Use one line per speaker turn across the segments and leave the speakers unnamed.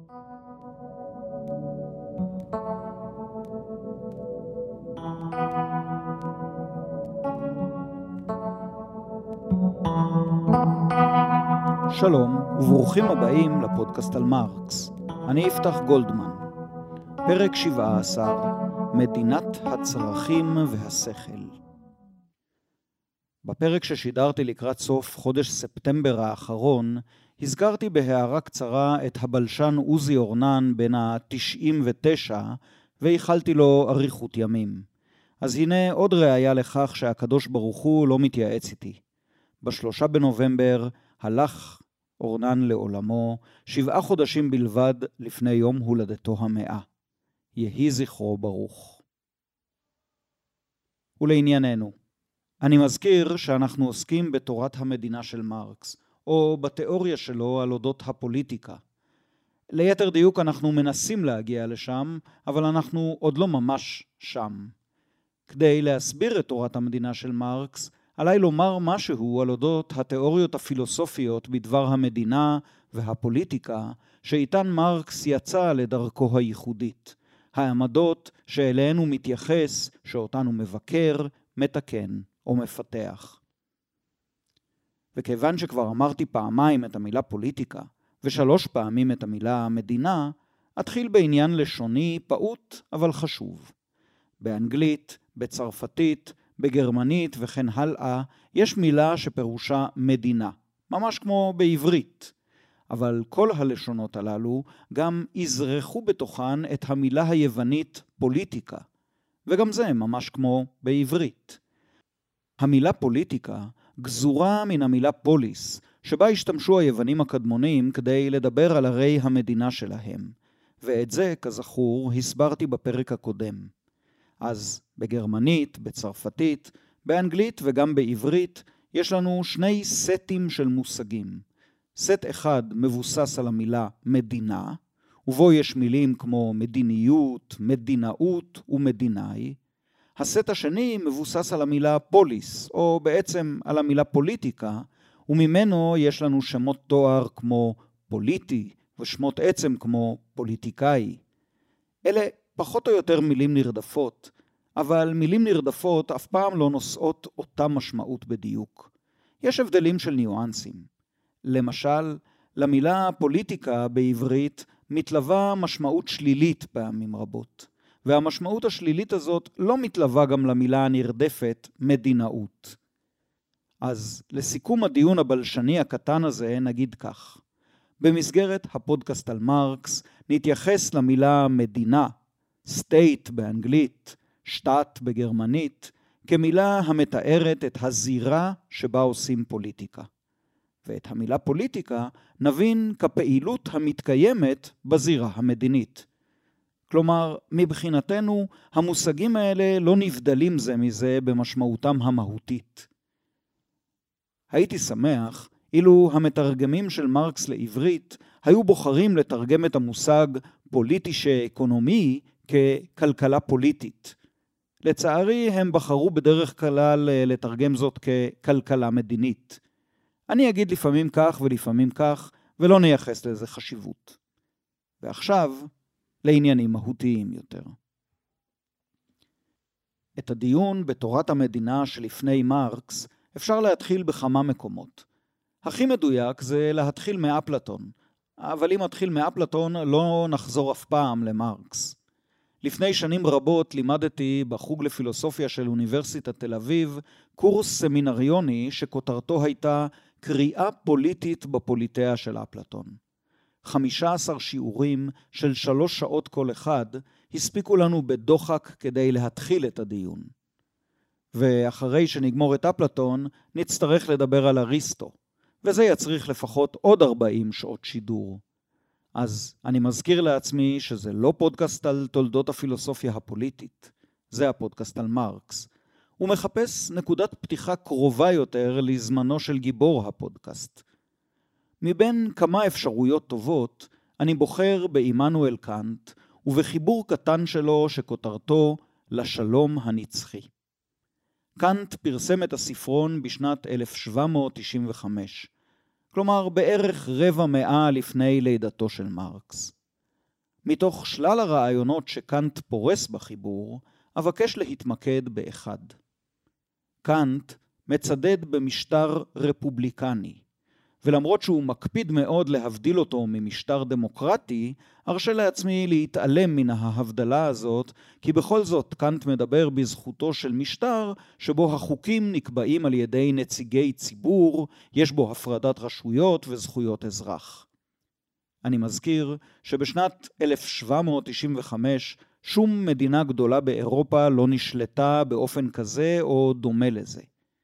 שלום וברוכים הבאים לפודקאסט על מרקס. אני יפתח גולדמן. פרק 17, מדינת הצרכים והשכל. בפרק ששידרתי לקראת סוף חודש ספטמבר האחרון, הזכרתי בהערה קצרה את הבלשן עוזי אורנן בן ה-99, והיחלתי לו אריכות ימים. אז הנה עוד ראיה לכך שהקדוש ברוך הוא לא מתייעץ איתי. ב3 בנובמבר הלך אורנן לעולמו 7 חודשים בלבד לפני יום הולדתו ה100. יהי זכרו ברוך. ולענייננו, אני מזכיר שאנחנו עוסקים בתורת המדינה של מרקס, או בתיאוריה שלו על אודות הפוליטיקה. ליתר דיוק אנחנו מנסים להגיע לשם, אבל אנחנו עוד לא ממש שם. כדי להסביר את תורת המדינה של מרקס, עליי לומר משהו על אודות התיאוריות הפילוסופיות בדבר המדינה והפוליטיקה שאיתן מרקס יצא לדרכו הייחודית. העמדות שאליהן הוא מתייחס, שאותן הוא מבקר, מתקן או מפתח. וכיוון שכבר אמרתי פעמיים את המילה פוליטיקה ו3 פעמים את המילה מדינה, אתחיל בעניין לשוני פעוט אבל חשוב. באנגלית, בצרפתית, בגרמנית וכן הלאה, יש מילה שפירושה מדינה, ממש כמו בעברית. אבל כל הלשונות הללו גם יזרחו בתוכן את המילה היוונית פוליטיקה, וגם זה ממש כמו בעברית. המילה פוליטיקה גזורה מן המילה פוליס, שבה השתמשו היוונים הקדמונים כדי לדבר על ערי המדינה שלהם, ואת זה, כזכור, הסברתי בפרק הקודם. אז בגרמנית, בצרפתית, באנגלית וגם בעברית יש לנו 2 סטים של מושגים. סט אחד מבוסס על המילה מדינה, ובו יש מילים כמו מדיניות, מדינאות ומדינאי. הסט השני מבוסס על המילה פוליס, או בעצם על המילה פוליטיקה, וממנו יש לנו שמות תואר כמו פוליטי ושמות עצם כמו פוליטיקאי. אלה פחות או יותר מילים נרדפות, אבל מילים נרדפות אף פעם לא נושאות אותה משמעות בדיוק. יש הבדלים של ניואנסים. למשל, למילה פוליטיקה בעברית מתלווה משמעות שלילית פעמים רבות, והמשמעות השלילית הזאת לא מתלווה גם למילה הנרדפת מדינאות. אז לסיכום הדיון הבלשני הקטן הזה נגיד כך. במסגרת הפודקאסט על מרקס נתייחס למילה מדינה, state באנגלית, שטאט בגרמנית, כמילה המתארת את הזירה שבה עושים פוליטיקה. ואת המילה פוליטיקה נבין כפעילות המתקיימת בזירה המדינית. כלומר, מבחינתנו, המושגים האלה לא נבדלים זה מזה במשמעותם המהותית. הייתי שמח אילו המתרגמים של מרקס לעברית היו בוחרים לתרגם את המושג פוליטי שאקונומי ככלכלה פוליטית. לצערי הם בחרו בדרך כלל לתרגם זאת ככלכלה מדינית. אני אגיד לפעמים כך ולפעמים כך, ולא נייחס לזה חשיבות. ועכשיו, לעניינים מהותיים יותר. את הדיון בתורת המדינה שלפני מרקס אפשר להתחיל בכמה מקומות. הכי מדויק זה להתחיל מאפלטון, אבל אם מתחיל מאפלטון לא נחזור אף פעם למרקס. לפני שנים רבות לימדתי בחוג לפילוסופיה של אוניברסיטת תל אביב קורס סמינריוני שכותרתו הייתה קריאה פוליטית בפוליטאה של אפלטון. 15 שיעורים של 3 שעות כל אחד הספיקו לנו בדוחק כדי להתחיל את הדיון. ואחרי שנגמור את אפלטון נצטרך לדבר על אריסטו, וזה יצריך לפחות עוד 40 שעות שידור. אז אני מזכיר לעצמי שזה לא פודקאסט על תולדות הפילוסופיה הפוליטית, זה הפודקאסט על מרקס. הוא מחפש נקודת פתיחה קרובה יותר לזמנו של גיבור הפודקאסט. מבין כמה אפשרויות טובות, אני בוחר בעמנואל קאנט ובחיבור קטן שלו שכותרתו לשלום הנצחי. קאנט פרסם את הספרון בשנת 1795, כלומר בערך 1/4 לפני לידתו של מרקס. מתוך שלל הרעיונות שקאנט פורס בחיבור, אבקש להתמקד באחד. קאנט מצדד במשטר רפובליקני, ולמרות שהוא מקפיד מאוד להבדיל אותו ממשטר דמוקרטי, ארשה לעצמי להתעלם מן ההבדלה הזאת, כי בכל זאת קאנט מדבר בזכותו של משטר שבו החוקים נקבעים על ידי נציגי ציבור, יש בו הפרדת רשויות וזכויות אזרח. אני מזכיר שבשנת 1795 שום מדינה גדולה באירופה לא נשלטה באופן כזה או דומה לזה.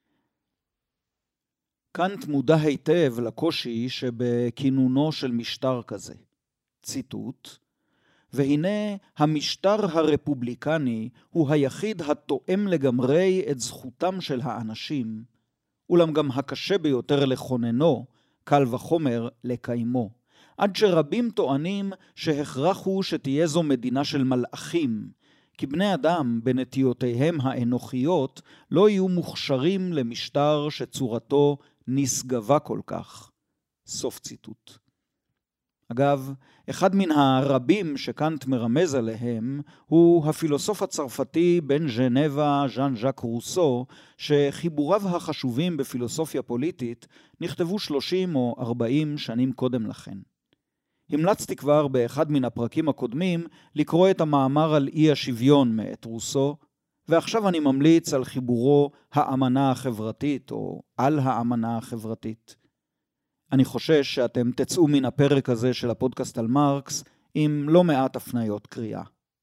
קאנט מודע היטב לקושי שבכינונו של משטר כזה. ציטוט: והנה המשטר הרפובליקני הוא היחיד התואם לגמרי את זכותם של האנשים, אולם גם הקשה ביותר לכוננו, קל וחומר לקיימו, עד שרבים טוענים שהכרח הוא שתהיה זו מדינה של מלאכים, כי בני אדם בנטיותיהם האנוכיות לא יהיו מוכשרים למשטר שצורתו נשגבה כל כך. סוף ציטוט. אגב, אחד מן הרבים שקאנט מרמז עליהם הוא הפילוסוף הצרפתי בן ז'נבה ז'אן ז'אק רוסו, שחיבוריו החשובים בפילוסופיה פוליטית נכתבו 30 או 40 שנים קודם לכן. המלצתי כבר באחד מן הפרקים הקודמים לקרוא את המאמר על אי השוויון מאת רוסו, ועכשיו אני ממליץ על חיבורו האמנה החברתית או על האמנה החברתית. אני חושש שאתם תצאו מן הפרק הזה של הפודקאסט על מרקס עם לא מעט הפניות קריאה.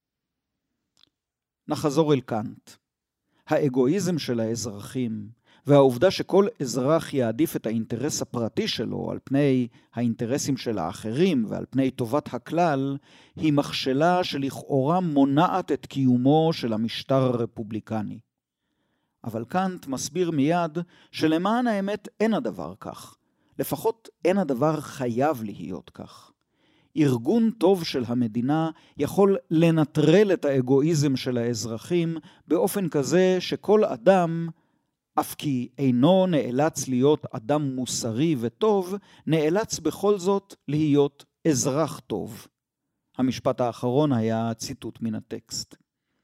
נחזור אל קאנט. האגואיזם של האזרחים והעובדה שכל אזרח יעדיף את האינטרס הפרטי שלו על פני האינטרסים של האחרים ועל פני טובת הכלל, היא מכשלה שלכאורה מונעת את קיומו של המשטר הרפובליקני. אבל קאנט מסביר מיד שלמען האמת אין הדבר כך. לפחות אין הדבר חייב להיות כך. ארגון טוב של המדינה יכול לנטרל את האגואיזם של האזרחים באופן כזה שכל אדם, אף כי אינו נאלץ להיות אדם מוסרי וטוב, נאלץ בכל זאת להיות אזרח טוב. המשפט האחרון היה ציטוט מן הטקסט.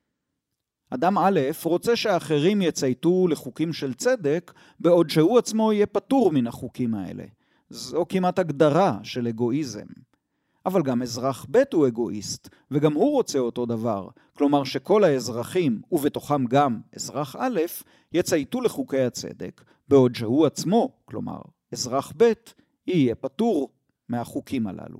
אדם א' רוצה שאחרים יצייתו לחוקים של צדק, בעוד שהוא עצמו יהיה פטור מן החוקים האלה. זו כמעט הגדרה של אגואיזם. אבל גם אזרח ב' הוא אגואיסט, וגם הוא רוצה אותו דבר. כלומר שכל האזרחים, ובתוכם גם אזרח א', יצייתו לחוקי הצדק, בעוד שהוא עצמו, כלומר אזרח ב', יהיה פטור מהחוקים הללו.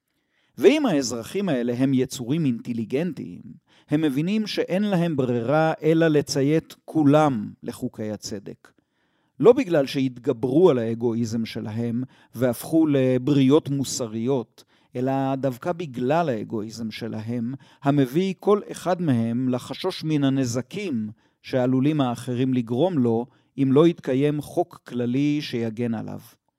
ואם האזרחים האלה הם יצורים אינטליגנטיים, הם מבינים שאין להם ברירה אלא לציית כולם לחוקי הצדק. לא בגלל שהתגברו על האגואיזם שלהם והפכו לבריות מוסריות, אלא דווקא בגלל האגואיזם שלהם, המביא כל אחד מהם לחשוש מן הנזקים שעלולים האחרים לגרום לו, אם לא יתקיים חוק כללי שיגן עליו.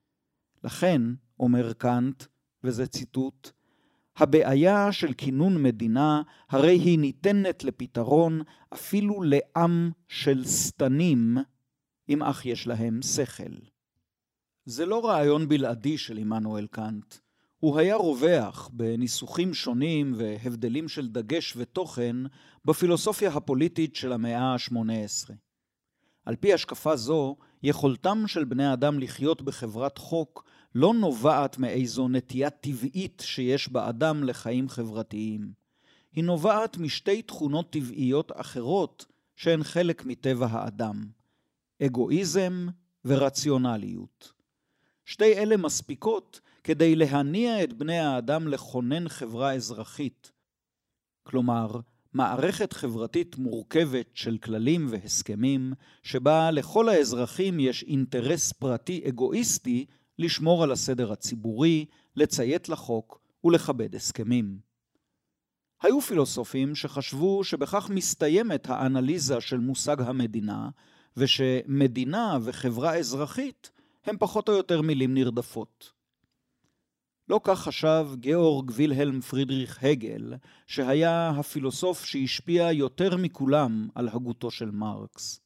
לכן, אומר קאנט, וזה ציטוט, הבעיה של כינון מדינה הרי היא ניתנת לפתרון אפילו לעם של סתנים, אם אך יש להם שכל. זה לא רעיון בלעדי של עמנואל קאנט. הוא היה רווח בניסוחים שונים והבדלים של דגש ותוכן בפילוסופיה הפוליטית של המאה ה-18. על פי השקפה זו, יכולתם של בני אדם לחיות בחברת חוק לא נובעת מאיזו נטייה טבעית שיש באדם לחיים חברתיים. היא נובעת משתי תכונות טבעיות אחרות שהן חלק מטבע האדם, אגואיזם ורציונליות. שתי אלה מספיקות כדי להניע את בני האדם לכונן חברה אזרחית. כלומר, מערכת חברתית מורכבת של כללים והסכמים, שבה לכל האזרחים יש אינטרס פרטי אגואיסטי לשמור על הסדר הציבורי, לציית לחוק ולכבד הסכמים. היו פילוסופים שחשבו שבכך מסתיימת האנליזה של מושג המדינה, ושמדינה וחברה אזרחית הם פחות או יותר מילים נרדפות. לא כך חשב גאורג וילהלם פרידריך הגל, שהיה הפילוסוף שהשפיע יותר מכולם על הגותו של מרקס.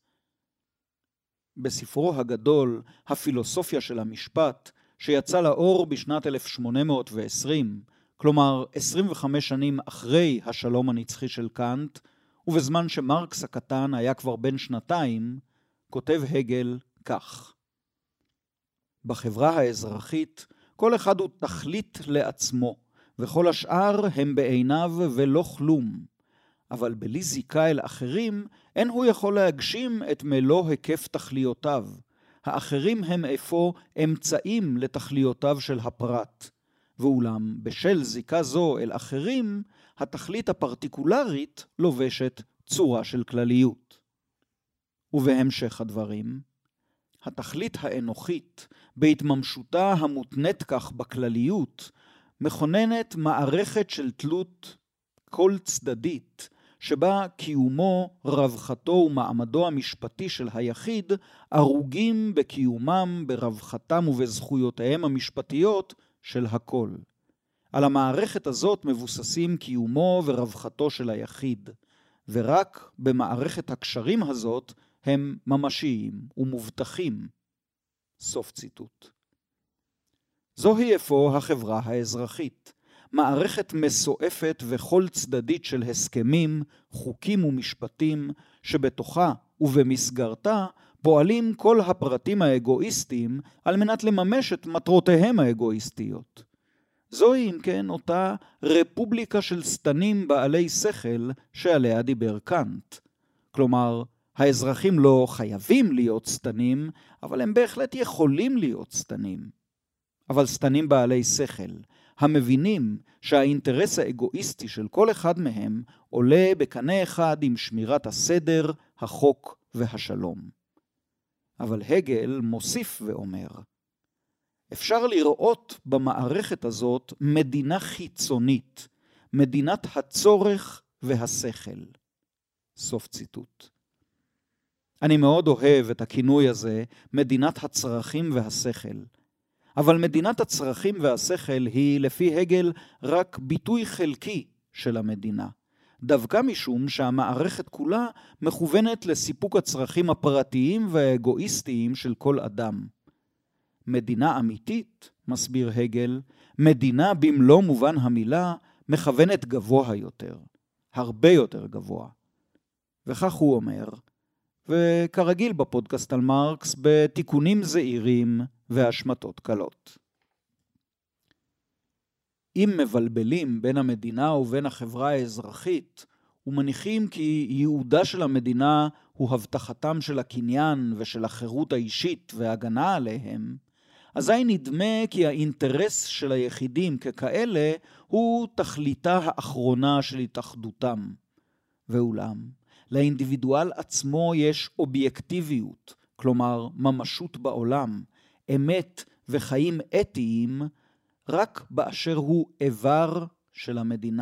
בספרו הגדול, הפילוסופיה של המשפט, שיצא לאור בשנת 1820, כלומר 25 שנים אחרי השלום הנצחי של קאנט, ובזמן שמרקס הקטן היה כבר בן 2, כותב הגל כך: בחברה האזרחית כל אחד הוא תכלית לעצמו, וכל השאר הם בעיניו ולא כלום. אבל בלי זיקה אל אחרים, אין הוא יכול להגשים את מלוא היקף תכליותיו. האחרים הם אפוא אמצעים לתכליותיו של הפרט. ואולם, בשל זיקה זו אל אחרים, התכלית הפרטיקולרית לובשת צורה של כלליות. ובהמשך הדברים, התכלית האנוכית, בהתממשותה המותנית כך בכלליות, מכוננת מערכת של תלות כל צדדית, שבה קיומו, רווחתו ומעמדו המשפטי של היחיד ארוגים בקיומם, ברווחתם ובזכויותיהם המשפטיות של הכל. על המערכת הזאת מבוססים קיומו ורווחתו של היחיד, ורק במערכת הקשרים הזאת הם ממשיים ומובטחים. סוף ציטוט. זוהי אפוא החברה האזרחית, מערכת מסועפת וכל צדדית של הסכמים, חוקים ומשפטים, שבתוכה ובמסגרתה פועלים כל הפרטים האגואיסטיים על מנת לממש את מטרותיהם האגואיסטיות. זוהי אם כן אותה רפובליקה של סתנים בעלי שכל שעליה דיבר קאנט. כלומר, האזרחים לא חייבים להיות סתנים, אבל הם בהחלט יכולים להיות סתנים. אבל סתנים בעלי שכל, המבינים שהאינטרס האגואיסטי של כל אחד מהם עולה בקנה אחד עם שמירת הסדר, החוק והשלום. אבל הגל מוסיף ואומר, אפשר לראות במערכת הזאת מדינה חיצונית, מדינת הצורך והשכל. סוף ציטוט. אני מאוד אוהב את הכינוי הזה, מדינת הצרכים והשכל. אבל מדינת הצרכים והשכל היא לפי הגל רק ביטוי חלקי של המדינה. דווקא משום שהמערכת כולה מכוונת לסיפוק הצרכים הפרטיים והאגואיסטיים של כל אדם. מדינה אמיתית, מסביר הגל, מדינה במלוא מובן המילה, מכוונת גבוה יותר, הרבה יותר גבוה. וכך הוא אומר, וכרגיל בפודקאסט על מרקס, בתיקונים זעירים והשמטות קלות. אם מבלבלים בין המדינה ובין החברה האזרחית, ומניחים כי ייעודה של המדינה הוא הבטחתם של הקניין ושל החירות האישית והגנה עליהם, אזי נדמה כי האינטרס של היחידים ככאלה הוא תכליתה האחרונה של התאחדותם. ואולם, לאינדיבידואל עצמו יש אובייקטיביות, כלומר ממשות בעולם, אמת וחיים אתיים, רק באשר הוא איבר של המדינה.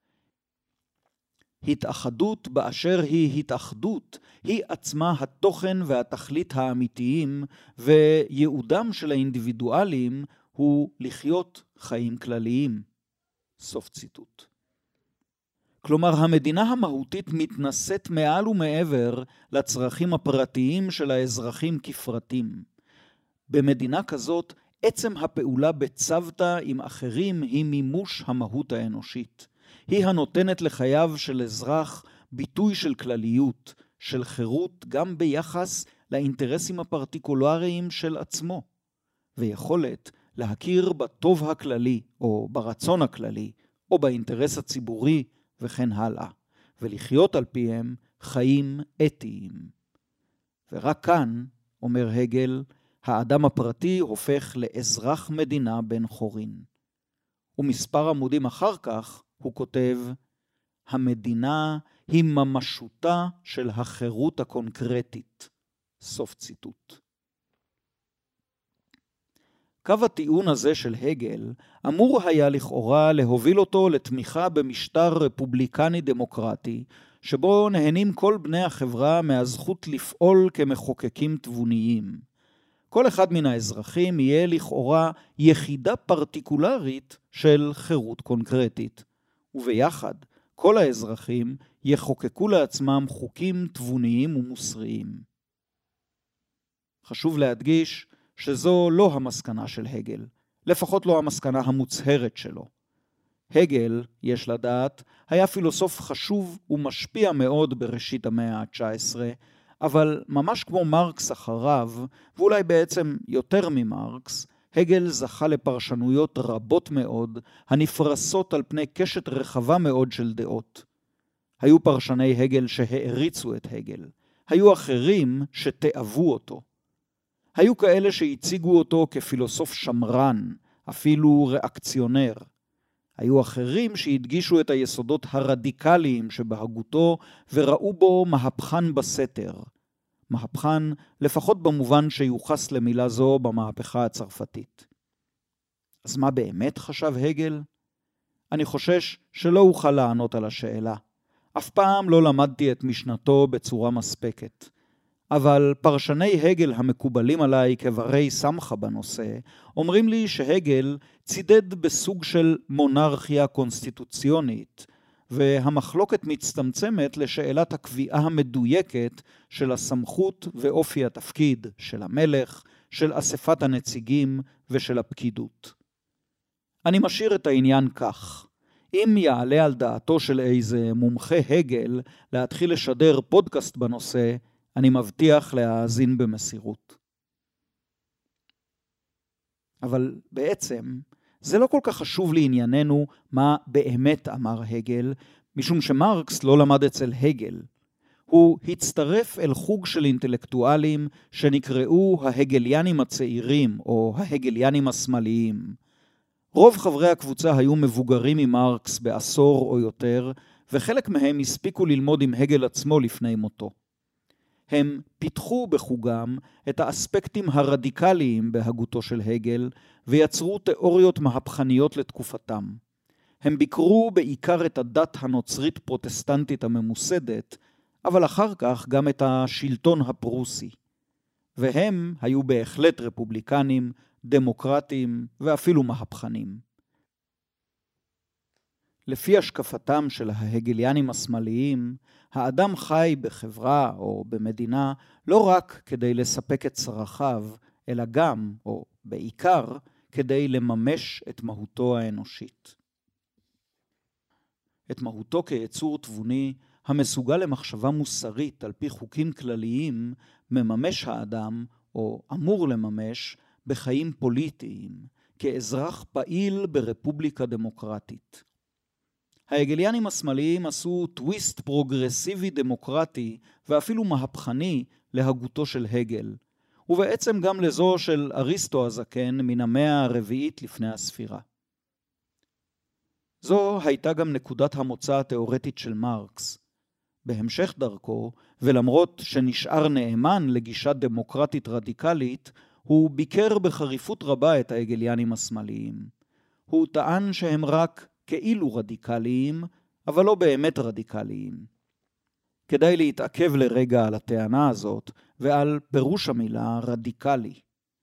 התאחדות באשר היא התאחדות, היא עצמה התוכן והתכלית האמיתיים, וייעודם של האינדיבידואלים הוא לחיות חיים כלליים. סוף ציטוט. כלומר, המדינה המהותית מתנשאת מעל ומעבר לצרכים הפרטיים של האזרחים כפרטים. במדינה כזאת, עצם הפעולה בצוותא עם אחרים היא מימוש המהות האנושית. היא הנותנת לחייו של אזרח ביטוי של כלליות, של חירות גם ביחס לאינטרסים הפרטיקולריים של עצמו, ויכולת להכיר בטוב הכללי או ברצון הכללי או באינטרס הציבורי וכן הלאה, ולחיות על פיהם חיים אתיים. ורק כאן, אומר הגל, האדם הפרטי הופך לאזרח מדינה בן חורין. ומספר עמודים אחר כך הוא כותב, המדינה היא ממשותה של החירות הקונקרטית. סוף ציטוט. קו הטיעון הזה של הגל אמור היה לכאורה להוביל אותו לתמיכה במשטר רפובליקני דמוקרטי, שבו נהנים כל בני החברה מהזכות לפעול כמחוקקים תבוניים. כל אחד מן האזרחים יהיה לכאורה יחידה פרטיקולרית של חירות קונקרטית, וביחד כל האזרחים יחוקקו לעצמם חוקים תבוניים ומוסריים. חשוב להדגיש שזו לא המסקנה של הגל, לפחות לא המסקנה המוצהרת שלו. הגל, יש לדעת, היה פילוסוף חשוב ומשפיע מאוד בראשית המאה ה-19, אבל ממש כמו מרקס אחריו, ואולי בעצם יותר ממרקס, הגל זכה לפרשנויות רבות מאוד, הנפרסות על פני קשת רחבה מאוד של דעות. היו פרשני הגל שהעריצו את הגל, היו אחרים שתאהבו אותו. היו כאלה שהציגו אותו כפילוסוף שמרן, אפילו ריאקציונר. היו אחרים שהדגישו את היסודות הרדיקליים שבהגותו וראו בו מהפכן בסתר. מהפכן לפחות במובן שיוחס למילה זו במהפכה הצרפתית. אז מה באמת חשב הגל? אני חושש שלא אוכל לענות על השאלה. אף פעם לא למדתי את משנתו בצורה מספקת. אבל פרשני הגל המקובלים עליי כברי סמכה בנושא, אומרים לי שהגל צידד בסוג של מונרכיה קונסטיטוציונית, והמחלוקת מצטמצמת לשאלת הקביעה המדויקת של הסמכות ואופי התפקיד של המלך, של אספת הנציגים ושל הפקידות. אני משאיר את העניין כך. אם יעלה על דעתו של איזה מומחה הגל להתחיל לשדר פודקאסט בנושא, אני מבטיח להאזין במסירות. אבל בעצם זה לא כל כך חשוב לענייננו מה באמת אמר הגל, משום שמרקס לא למד אצל הגל. הוא הצטרף אל חוג של אינטלקטואלים שנקראו ההגליאנים הצעירים או ההגליאנים השמאליים. רוב חברי הקבוצה היו מבוגרים ממרקס בעשור או יותר, וחלק מהם הספיקו ללמוד עם הגל עצמו לפני מותו. הם פיתחו בחוגם את האספקטים הרדיקליים בהגותו של הגל, ויצרו תיאוריות מהפכניות לתקופתם. הם ביקרו בעיקר את הדת הנוצרית פרוטסטנטית הממוסדת, אבל אחר כך גם את השלטון הפרוסי. והם היו בהחלט רפובליקנים, דמוקרטים ואפילו מהפכנים. לפי השקפתם של ההגליאנים השמאליים, האדם חי בחברה או במדינה לא רק כדי לספק את צרכיו, אלא גם, או בעיקר, כדי לממש את מהותו האנושית. את מהותו כיצור תבוני, המסוגל למחשבה מוסרית על פי חוקים כלליים, מממש האדם, או אמור לממש, בחיים פוליטיים, כאזרח פעיל ברפובליקה דמוקרטית. ההגליאנים השמאליים עשו טוויסט פרוגרסיבי דמוקרטי ואפילו מהפכני להגותו של הגל, ובעצם גם לזו של אריסטו הזקן מן המאה הרביעית לפני הספירה. זו הייתה גם נקודת המוצא התיאורטית של מרקס. בהמשך דרכו, ולמרות שנשאר נאמן לגישה דמוקרטית רדיקלית, הוא ביקר בחריפות רבה את ההגליאנים השמאליים. הוא טען שהם רק כאילו רדיקליים, אבל לא באמת רדיקליים. כדאי להתעכב לרגע על הטענה הזאת ועל פירוש המילה רדיקלי.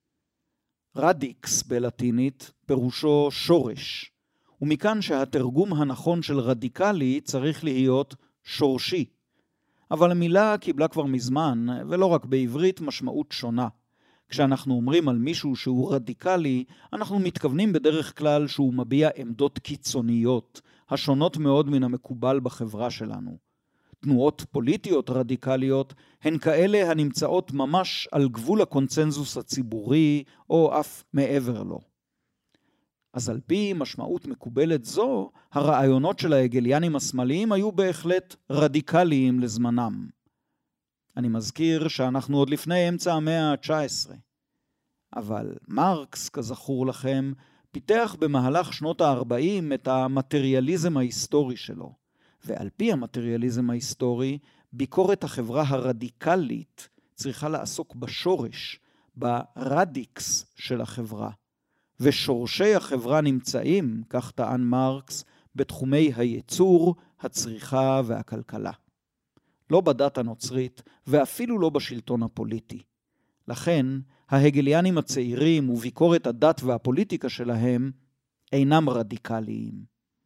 רדיקס בלטינית פירושו שורש, ומכאן שהתרגום הנכון של רדיקלי צריך להיות שורשי. אבל המילה קיבלה כבר מזמן, ולא רק בעברית, משמעות שונה. כשאנחנו אומרים על מישהו שהוא רדיקלי, אנחנו מתכוונים בדרך כלל שהוא מביע עמדות קיצוניות, השונות מאוד מן המקובל בחברה שלנו. תנועות פוליטיות רדיקליות הן כאלה הנמצאות ממש על גבול הקונצנזוס הציבורי, או אף מעבר לו. אז על פי משמעות מקובלת זו, הרעיונות של ההגליאנים השמאליים היו בהחלט רדיקליים לזמנם. אני מזכיר שאנחנו עוד לפני אמצע המאה ה-19. אבל מרקס, כזכור לכם, פיתח במהלך שנות ה-40 את המטריאליזם ההיסטורי שלו. ועל פי המטריאליזם ההיסטורי, ביקורת החברה הרדיקלית צריכה לעסוק בשורש, ברדיקס של החברה. ושורשי החברה נמצאים, כך טען מרקס, בתחומי הייצור, הצריכה והכלכלה. לא בדת הנוצרית ואפילו לא בשלטון הפוליטי. לכן, ההגליאנים הצעירים וביקורת הדת והפוליטיקה שלהם אינם רדיקליים.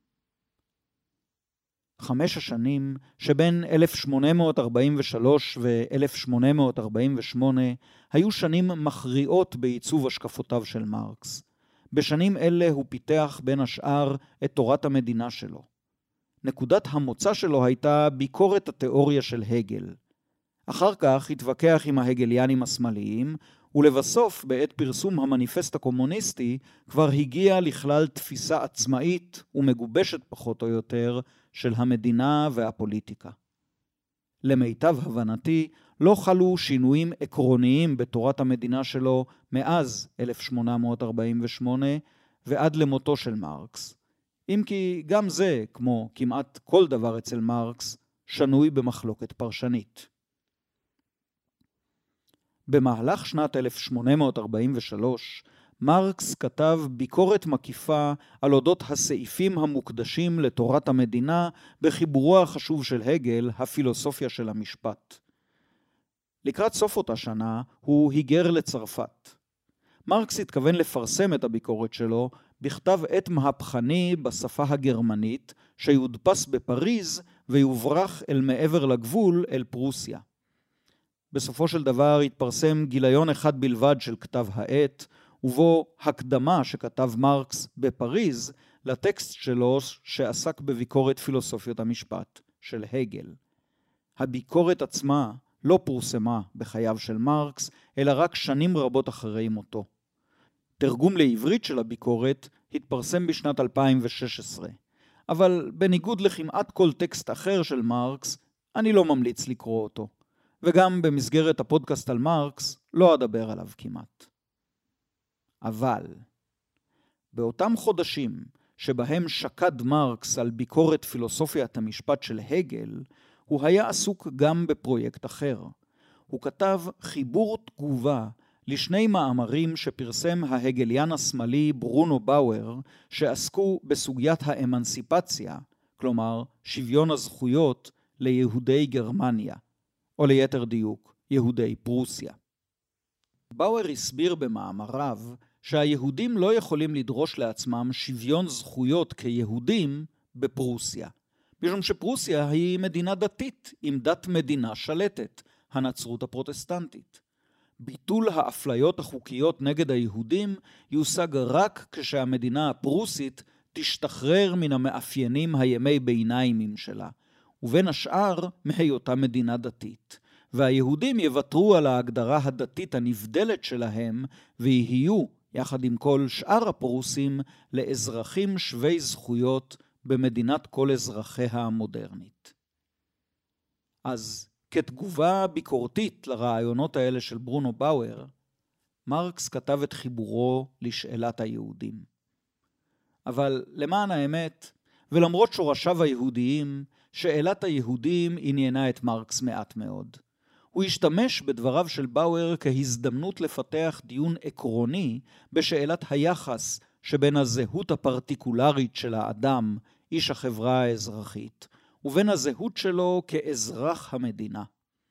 5 השנים שבין 1843 ו-1848 היו שנים מכריעות בעיצוב השקפותיו של מרקס. בשנים אלה הוא פיתח בין השאר את תורת המדינה שלו. נקודת המוצא שלו הייתה ביקורת התיאוריה של הגל. אחר כך התווכח עם ההגליאנים השמאליים, ולבסוף בעת פרסום המניפסט הקומוניסטי כבר הגיע לכלל תפיסה עצמאית ומגובשת פחות או יותר של המדינה והפוליטיקה. למיטב הבנתי לא חלו שינויים עקרוניים בתורת המדינה שלו מאז 1848 ועד למותו של מרקס, אם כי גם זה, כמו כמעט כל דבר אצל מרקס, שנוי במחלוקת פרשנית. במהלך שנת 1843, מרקס כתב ביקורת מקיפה על אודות הסעיפים המוקדשים לתורת המדינה בחיבורו החשוב של הגל, הפילוסופיה של המשפט. לקראת סוף אותה שנה הוא היגר לצרפת. מרקס התכוון לפרסם את הביקורת שלו בכתב עת מהפכני בשפה הגרמנית שיודפס בפריז ויוברח אל מעבר לגבול אל פרוסיה. בסופו של דבר התפרסם גיליון אחד בלבד של כתב העת, ובו הקדמה שכתב מרקס בפריז לטקסט שלו שעסק בביקורת פילוסופיות המשפט של הגל. הביקורת עצמה לא פורסמה בחייו של מרקס, אלא רק שנים רבות אחרי מותו. תרגום לעברית של הביקורת התפרסם בשנת 2016, אבל בניגוד לכמעט כל טקסט אחר של מרקס, אני לא ממליץ לקרוא אותו. וגם במסגרת הפודקאסט על מרקס לא אדבר עליו כמעט. אבל באותם חודשים שבהם שקד מרקס על ביקורת פילוסופיית המשפט של הגל, הוא היה עסוק גם בפרויקט אחר. הוא כתב חיבור תגובה לשני מאמרים שפרסם ההגליאן השמאלי ברונו באואר, שעסקו בסוגיית האמנסיפציה, כלומר שוויון הזכויות ליהודי גרמניה, או ליתר דיוק, יהודי פרוסיה. באואר הסביר במאמריו שהיהודים לא יכולים לדרוש לעצמם שוויון זכויות כיהודים בפרוסיה, משום שפרוסיה היא מדינה דתית עם דת מדינה שלטת, הנצרות הפרוטסטנטית. ביטול האפליות החוקיות נגד היהודים יושג רק כשהמדינה הפרוסית תשתחרר מן המאפיינים הימי ביניימים שלה, ובין השאר מהיותה מדינה דתית, והיהודים יוותרו על ההגדרה הדתית הנבדלת שלהם ויהיו, יחד עם כל שאר הפרוסים, לאזרחים שווי זכויות במדינת כל אזרחיה המודרנית. אז כתגובה ביקורתית לרעיונות האלה של ברונו באואר, מרקס כתב את חיבורו לשאלת היהודים. אבל למען האמת, ולמרות שורשיו היהודיים, שאלת היהודים עניינה את מרקס מעט מאוד. הוא השתמש בדבריו של באואר כהזדמנות לפתח דיון עקרוני בשאלת היחס שבין הזהות הפרטיקולרית של האדם, איש החברה האזרחית, ובין הזהות שלו כאזרח המדינה.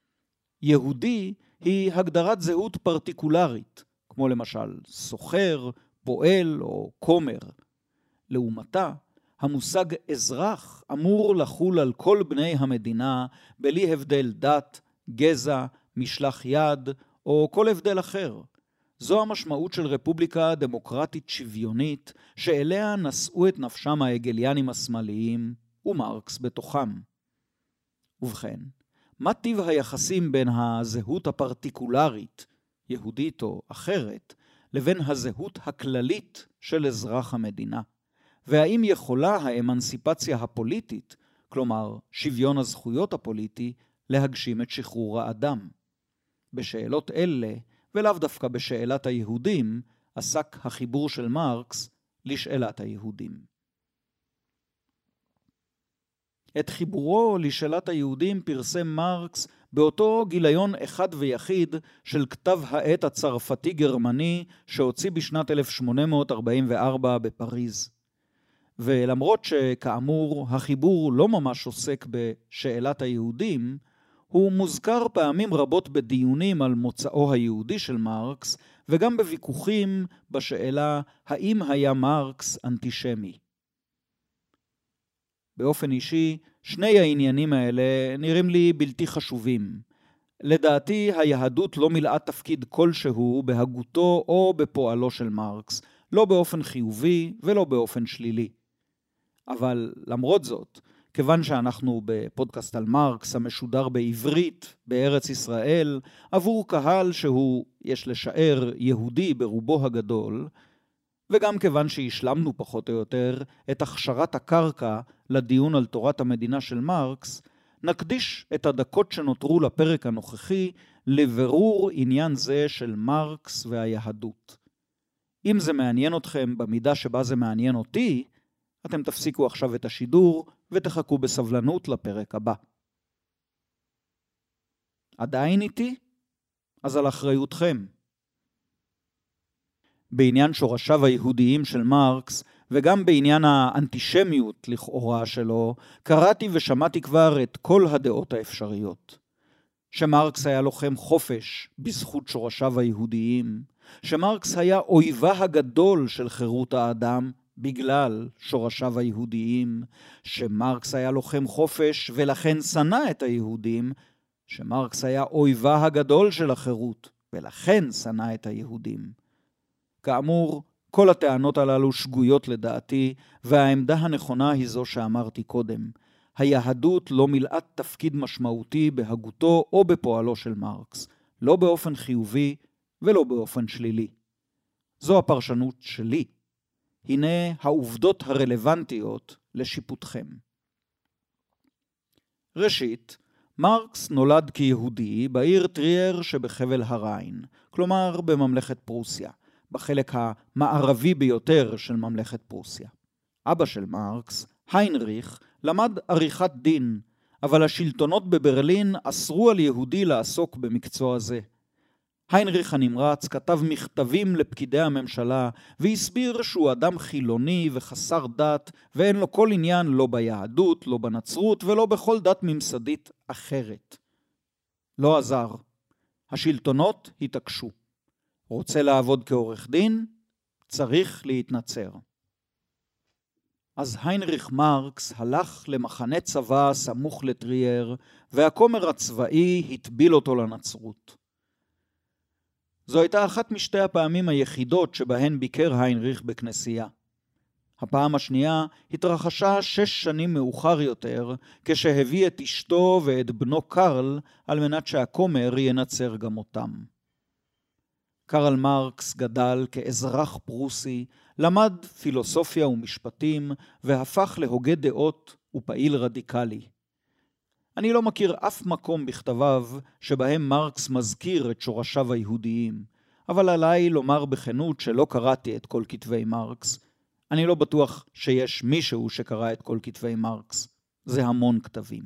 יהודי היא הגדרת זהות פרטיקולרית, כמו למשל סוחר, פועל או כומר. לעומתה, המושג אזרח אמור לחול על כל בני המדינה בלי הבדל דת, גזע, משלח יד או כל הבדל אחר. זו המשמעות של רפובליקה דמוקרטית שוויונית שאליה נשאו את נפשם ההגליאנים השמאליים ומרקס בתוכם. ובכן, מה טיב היחסים בין הזהות הפרטיקולרית, יהודית או אחרת, לבין הזהות הכללית של אזרח המדינה? והאם יכולה האמנסיפציה הפוליטית, כלומר שוויון הזכויות הפוליטי, להגשים את שחרור האדם? בשאלות אלה, ולאו דווקא בשאלת היהודים, עסק החיבור של מרקס לשאלת היהודים. את חיבורו לשאלת היהודים פרסם מרקס באותו גיליון אחד ויחיד של כתב העת הצרפתי-גרמני שהוציא בשנת 1844 בפריז. ולמרות שכאמור החיבור לא ממש עוסק בשאלת היהודים, הוא מוזכר פעמים רבות בדיונים על מוצאו היהודי של מרקס, וגם בוויכוחים בשאלה האם היה מרקס אנטישמי. באופן אישי, שני העניינים האלה נראים לי בלתי חשובים. לדעתי, היהדות לא מילאה תפקיד כלשהו בהגותו או בפועלו של מרקס, לא באופן חיובי ולא באופן שלילי. אבל למרות זאת, כיוון שאנחנו בפודקאסט על מרקס המשודר בעברית בארץ ישראל, עבור קהל שהוא, יש לשער, יהודי ברובו הגדול, וגם כיוון שהשלמנו פחות או יותר את הכשרת הקרקע לדיון על תורת המדינה של מרקס, נקדיש את הדקות שנותרו לפרק הנוכחי לבירור עניין זה של מרקס והיהדות. אם זה מעניין אתכם במידה שבה זה מעניין אותי, אתם תפסיקו עכשיו את השידור ותחכו בסבלנות לפרק הבא. עדיין איתי? אז על אחריותכם. בעניין שורשיו היהודיים של מרקס, וגם בעניין האנטישמיות לכאורה שלו, קראתי ושמעתי כבר את כל הדעות האפשריות. שמרקס היה לוחם חופש בזכות שורשיו היהודיים, שמרקס היה אויבה הגדול של חירות האדם בגלל שורשיו היהודיים, שמרקס היה לוחם חופש ולכן שנא את היהודים, שמרקס היה אויבה הגדול של החירות ולכן שנא את היהודים. כאמור, כל הטענות הללו שגויות לדעתי, והעמדה הנכונה היא זו שאמרתי קודם. היהדות לא מילאת תפקיד משמעותי בהגותו או בפועלו של מרקס, לא באופן חיובי ולא באופן שלילי. זו הפרשנות שלי. הנה העובדות הרלוונטיות לשיפוטכם. ראשית, מרקס נולד כיהודי בעיר טרייר שבחבל הריין, כלומר בממלכת פרוסיה, בחלק המערבי ביותר של ממלכת פרוסיה. אבא של מרקס, היינריך, למד עריכת דין, אבל השלטונות בברלין אסרו על יהודי לעסוק במקצוע זה. היינריך הנמרץ כתב מכתבים לפקידי הממשלה והסביר שהוא אדם חילוני וחסר דת ואין לו כל עניין לא ביהדות, לא בנצרות ולא בכל דת ממסדית אחרת. לא עזר. השלטונות התעקשו. רוצה לעבוד כעורך דין? צריך להתנצר. אז היינריך מרקס הלך למחנה צבא סמוך לטרייר, והכומר הצבאי התביל אותו לנצרות. זו הייתה אחת משתי הפעמים היחידות שבהן ביקר היינריך בכנסייה. הפעם השנייה התרחשה 6 שנים מאוחר יותר, כשהביא את אשתו ואת בנו קרל, על מנת שהכומר ינצר גם אותם. קרל מרקס גדל כאזרח פרוסי, למד פילוסופיה ומשפטים, והפך להוגה דעות ופעיל רדיקלי. אני לא מכיר אף מקום בכתביו שבהם מרקס מזכיר את שורשיו היהודיים, אבל עליי לומר בכנות שלא קראתי את כל כתבי מרקס. אני לא בטוח שיש מישהו שקרא את כל כתבי מרקס. זה המון כתבים.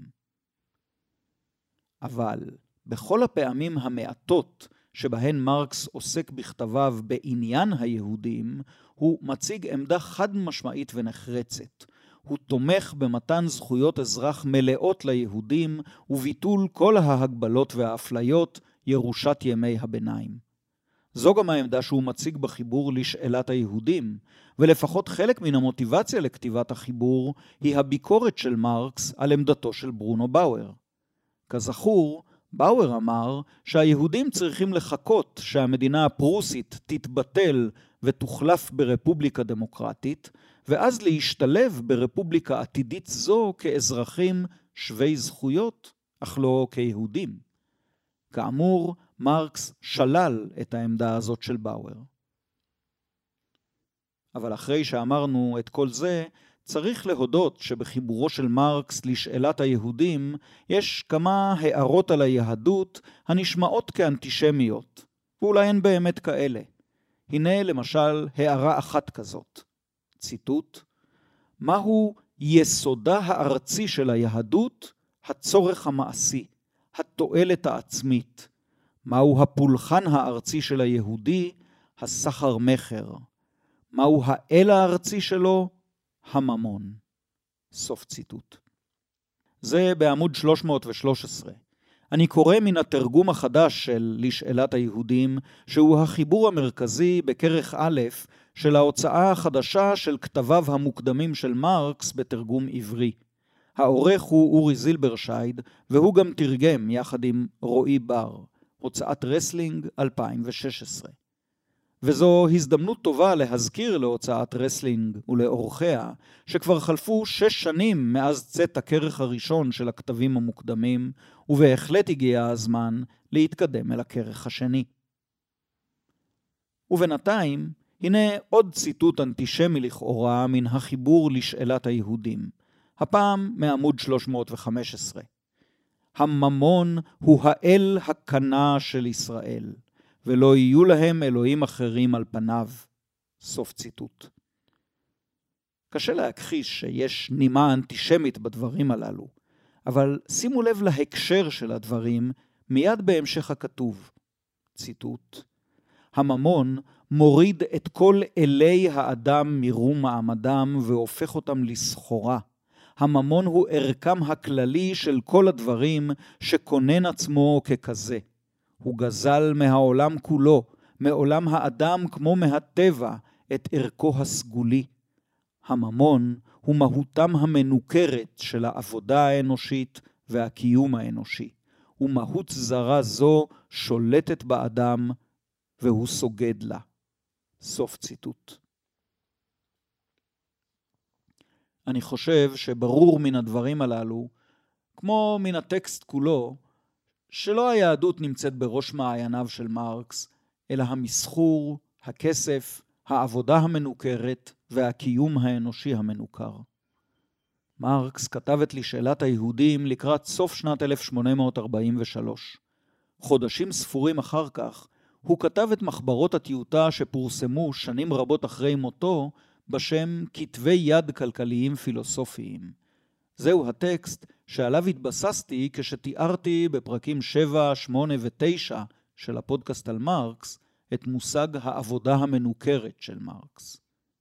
אבל בכל הפעמים המעטות שבהן מרקס עוסק בכתביו בעניין היהודים, הוא מציג עמדה חד משמעית ונחרצת. הוא תומך במתן זכויות אזרח מלאות ליהודים וביטול כל ההגבלות והאפליות ירושת ימי הביניים. זו גם העמדה שהוא מציג בחיבור לשאלת היהודים, ולפחות חלק מן המוטיבציה לכתיבת החיבור היא הביקורת של מרקס על עמדתו של ברונו באואר. כזכור, באואר אמר שהיהודים צריכים לחכות שהמדינה הפרוסית תתבטל ותוחלף ברפובליקה דמוקרטית, ואז להשתלב ברפובליקה עתידית זו כאזרחים שווי זכויות, אך לא כיהודים. כאמור, מרקס שלל את העמדה הזאת של באואר. אבל אחרי שאמרנו את כל זה, צריך להודות שבחיבורו של מרקס לשאלת היהודים יש כמה הערות על היהדות הנשמעות כאנטישמיות, ואולי הן באמת כאלה. הנה למשל הערה אחת כזאת. ציטוט: מהו יסודה הארצי של היהדות? הצורך המעשי, התועלת העצמית. מהו הפולחן הארצי של היהודי? הסחר מחר. מהו האל הארצי שלו? הממון. סוף ציטוט. זה בעמוד 313. אני קורא מן התרגום החדש של לשאלת היהודים, שהוא החיבור המרכזי בכרך א' של ההוצאה החדשה של כתביו המוקדמים של מרקס בתרגום עברי. העורך הוא אורי זילברשייד, והוא גם תרגם יחד עם רועי בר. הוצאת רסלינג 2016. וזו הזדמנות טובה להזכיר להוצאת רסלינג ולאורחיה, שכבר חלפו 6 שנים מאז צאת הכרך הראשון של הכתבים המוקדמים, ובהחלט הגיע הזמן להתקדם אל הכרך השני. ובינתיים, הנה עוד ציטוט אנטישמי לכאורה מן החיבור לשאלת היהודים, הפעם מעמוד 315. הממון הוא האל הקנה של ישראל, ולא יהיו להם אלוהים אחרים על פניו. סוף ציטוט. קשה להכחיש שיש נימה אנטישמית בדברים הללו, אבל שימו לב להקשר של הדברים מיד בהמשך הכתוב. ציטוט: הממון מוריד את כל אלי האדם מרום מעמדם והופך אותם לסחורה. הממון הוא ערכם הכללי של כל הדברים שכונן עצמו ככזה. הוא גזל מהעולם כולו, מעולם האדם כמו מהטבע, את ערכו הסגולי. הממון הוא מהותם המנוכרת של העבודה האנושית והקיום האנושי, ומהות זרה זו שולטת באדם והוא סוגד לה. סוף ציטוט. אני חושב שברור מן הדברים הללו, כמו מן הטקסט כולו, שלא היהדות נמצאת בראש מעייניו של מרקס, אלא המסחור, הכסף, העבודה המנוכרת והקיום האנושי המנוכר. מרקס כתב את לשאלת היהודים לקראת סוף שנת 1843. חודשים ספורים אחר כך, הוא כתב את מחברות הטיוטה שפורסמו שנים רבות אחרי מותו, בשם כתבי יד כלכליים פילוסופיים. זהו הטקסט שעליו התבססתי כשתיארתי בפרקים 7, 8 ו-9 של הפודקאסט על מרקס את מושג העבודה המנוכרת של מרקס.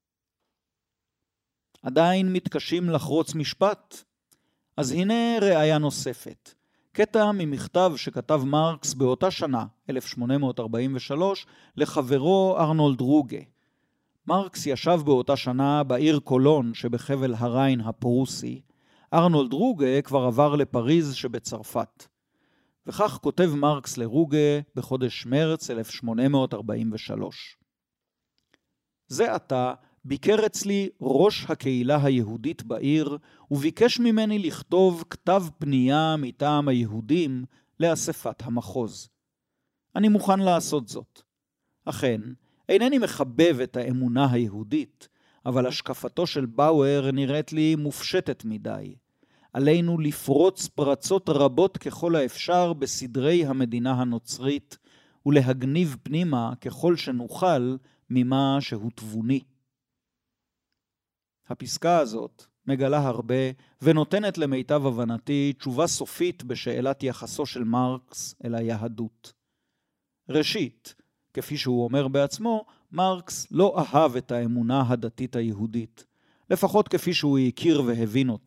עדיין מתקשים לחרוץ משפט? אז הנה ראיה נוספת. קטע ממכתב שכתב מרקס באותה שנה, 1843, לחברו ארנולד רוגה. מרקס ישב באותה שנה בעיר קולון שבחבל הריין הפרוסי. ארנולד רוגה כבר עבר לפריז שבצרפת. וכך כותב מרקס לרוגה בחודש מרץ 1843. זה עתה ביקר אצלי ראש הקהילה היהודית בעיר, וביקש ממני לכתוב כתב פנייה מטעם היהודים לאספת המחוז. אני מוכן לעשות זאת. אכן, אינני מחבב את האמונה היהודית, אבל השקפתו של באואר נראית לי מופשטת מדי. עלינו לפרוץ פרצות רבות ככל האפשר בסדרי המדינה הנוצרית, ולהגניב פנימה ככל שנוכל ממה שהוא תבוני. הפסקה הזאת מגלה הרבה ונותנת למיטב הבנתי תשובה סופית בשאלת יחסו של מרקס אל היהדות. ראשית, כפי שהוא אומר בעצמו, מרקס לא אהב את האמונה הדתית היהודית, לפחות כפי שהוא הכיר והבין אותה.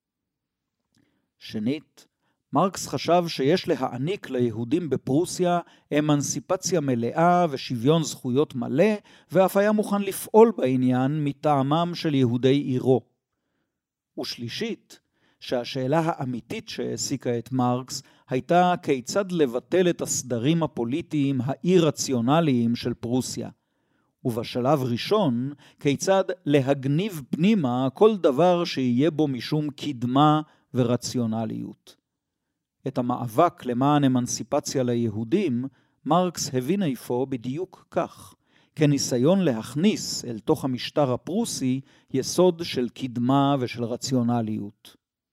שנית, מרקס חשב שיש להעניק ליהודים בפרוסיה אמנסיפציה מלאה ושוויון זכויות מלא, ואף היה מוכן לפעול בעניין מטעמם של יהודי עירו. ושלישית, שהשאלה האמיתית שהעסיקה את מרקס הייתה כיצד לבטל את הסדרים הפוליטיים האי-רציונליים של פרוסיה. ובשלב ראשון, כיצד להגניב פנימה כל דבר שיהיה בו משום קדמה ורציונליות. את המאבק למען אמנסיפציה ליהודים, מרקס הבין איפה בדיוק כך, כניסיון להכניס אל תוך המשטר הפרוסי יסוד של קדמה ושל רציונליות.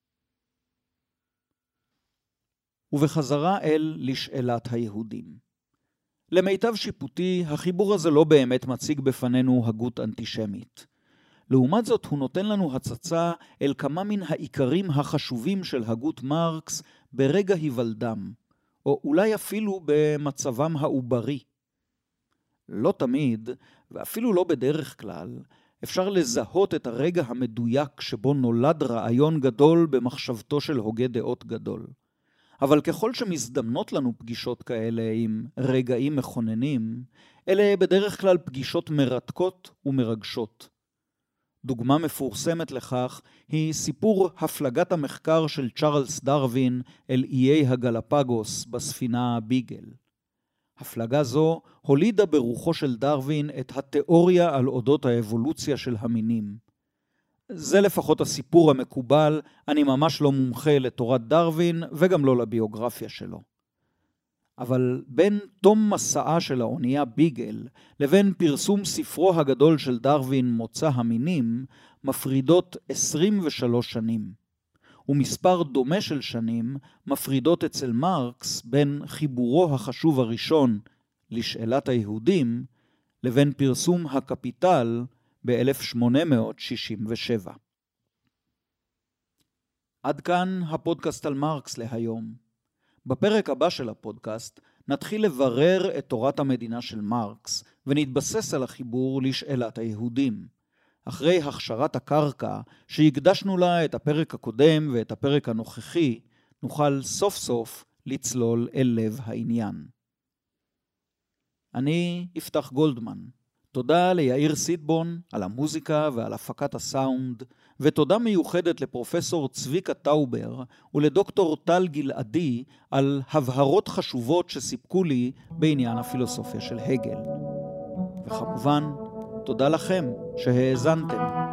ובחזרה אל לשאלת היהודים. למיטב שיפוטי, החיבור הזה לא באמת מציג בפנינו הגות אנטישמית. לעומת זאת, הוא נותן לנו הצצה אל כמה מן העיקרים החשובים של הגות מרקס ברגע היוולדם, או אולי אפילו במצבם העוברי. לא תמיד, ואפילו לא בדרך כלל, אפשר לזהות את הרגע המדויק שבו נולד רעיון גדול במחשבתו של הוגה דעות גדול. אבל ככל שמזדמנות לנו פגישות כאלה עם רגעים מכוננים, אלה בדרך כלל פגישות מרתקות ומרגשות. דוגמה מפורסמת לכך היא סיפור הפלגת המחקר של צ'ארלס דרווין אל איי הגלפגוס בספינה ביגל. הפלגה זו הולידה ברוחו של דרווין את התיאוריה על אודות האבולוציה של המינים. זה לפחות הסיפור המקובל, אני ממש לא מומחה לתורת דרווין וגם לא לביוגרפיה שלו. אבל בין תום מסעה של האונייה ביגל לבין פרסום ספרו הגדול של דרווין מוצא המינים מפרידות 23 שנים. ומספר דומה של שנים מפרידות אצל מרקס בין חיבורו החשוב הראשון לשאלת היהודים לבין פרסום הקפיטל ב-1867. עד כאן הפודקאסט על מרקס להיום. בפרק הבא של הפודקאסט נתחיל לברר את תורת המדינה של מרקס ונתבסס על החיבור לשאלת היהודים. אחרי הכשרת הקרקע שהקדשנו לה את הפרק הקודם ואת הפרק הנוכחי, נוכל סוף סוף לצלול אל לב העניין. אני יפתח גולדמן. תודה ליאיר סיטבון על המוזיקה ועל הפקת הסאונד, ותודה מיוחדת לפרופסור צביקה טאובר ולדוקטור טל גלעדי על הבהרות חשובות שסיפקו לי בעניין הפילוסופיה של הגל. וכמובן, תודה לכם שהאזנתם.